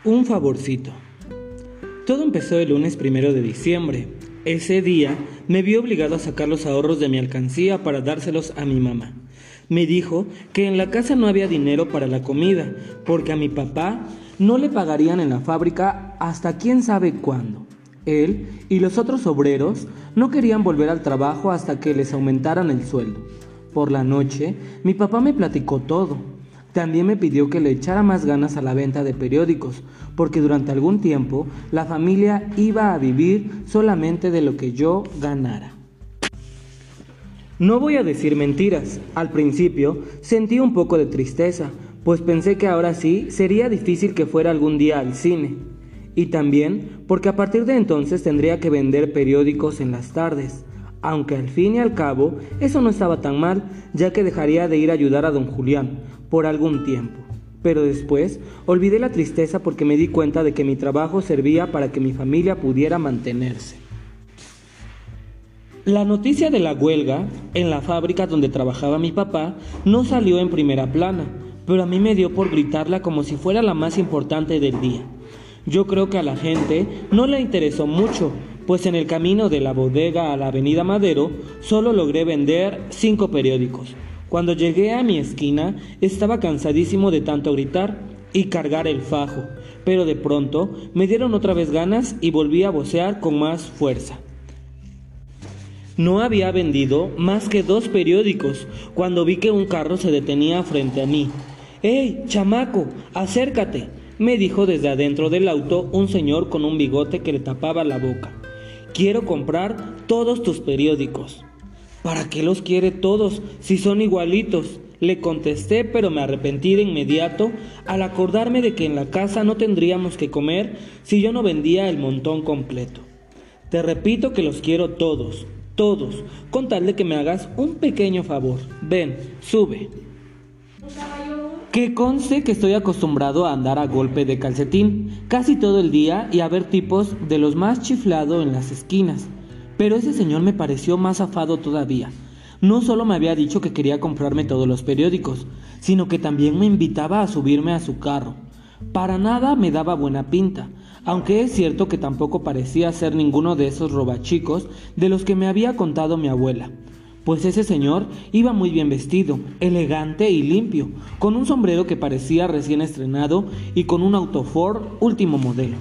Un favorcito. Todo empezó el lunes 1 de diciembre. Ese día me vi obligado a sacar los ahorros de mi alcancía para dárselos a mi mamá. Me dijo que en la casa no había dinero para la comida, porque a mi papá no le pagarían en la fábrica hasta quién sabe cuándo. Él y los otros obreros no querían volver al trabajo hasta que les aumentaran el sueldo. Por la noche, mi papá me platicó todo. También me pidió que le echara más ganas a la venta de periódicos, porque durante algún tiempo la familia iba a vivir solamente de lo que yo ganara. No voy a decir mentiras, al principio sentí un poco de tristeza, pues pensé que ahora sí sería difícil que fuera algún día al cine. Y también porque a partir de entonces tendría que vender periódicos en las tardes, aunque al fin y al cabo eso no estaba tan mal, ya que dejaría de ir a ayudar a don Julián por algún tiempo. Pero después olvidé la tristeza porque me di cuenta de que mi trabajo servía para que mi familia pudiera mantenerse. La noticia de la huelga en la fábrica donde trabajaba mi papá no salió en primera plana, pero a mí me dio por gritarla como si fuera la más importante del día. Yo creo que a la gente no le interesó mucho, pues en el camino de la bodega a la avenida Madero solo logré vender 5 periódicos. Cuando llegué a mi esquina estaba cansadísimo de tanto gritar y cargar el fajo, pero de pronto me dieron otra vez ganas y volví a vocear con más fuerza. No había vendido más que 2 periódicos cuando vi que un carro se detenía frente a mí. ¡Ey, chamaco, acércate!, me dijo desde adentro del auto un señor con un bigote que le tapaba la boca. Quiero comprar todos tus periódicos. ¿Para qué los quiere todos si son igualitos?, le contesté, pero me arrepentí de inmediato al acordarme de que en la casa no tendríamos que comer si yo no vendía el montón completo. Te repito que los quiero todos, con tal de que me hagas un pequeño favor. Ven, sube. Que conste que estoy acostumbrado a andar a golpe de calcetín casi todo el día y a ver tipos de los más chiflados en las esquinas. Pero ese señor me pareció más afado todavía. No solo me había dicho que quería comprarme todos los periódicos, sino que también me invitaba a subirme a su carro. Para nada me daba buena pinta, aunque es cierto que tampoco parecía ser ninguno de esos robachicos de los que me había contado mi abuela. Pues ese señor iba muy bien vestido, elegante y limpio, con un sombrero que parecía recién estrenado y con un auto Ford último modelo.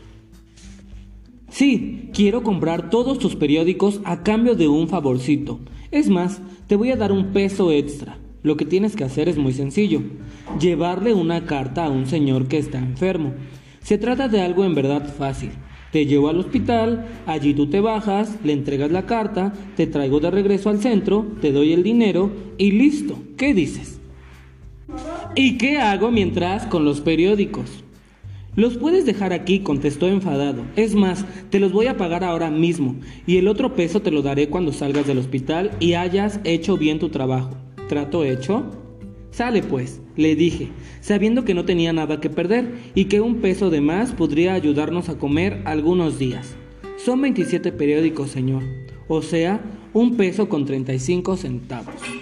Sí, quiero comprar todos tus periódicos a cambio de un favorcito. Es más, te voy a dar un peso extra. Lo que tienes que hacer es muy sencillo: llevarle una carta a un señor que está enfermo. Se trata de algo en verdad fácil. Te llevo al hospital, allí tú te bajas, le entregas la carta, te traigo de regreso al centro, te doy el dinero y listo. ¿Qué dices? ¿Y qué hago mientras con los periódicos? Los puedes dejar aquí, contestó enfadado. Es más, te los voy a pagar ahora mismo y el otro peso te lo daré cuando salgas del hospital y hayas hecho bien tu trabajo. ¿Trato hecho? Sale pues, le dije, sabiendo que no tenía nada que perder y que un peso de más podría ayudarnos a comer algunos días. Son 27 periódicos, señor, o sea, 1 peso con 35 centavos.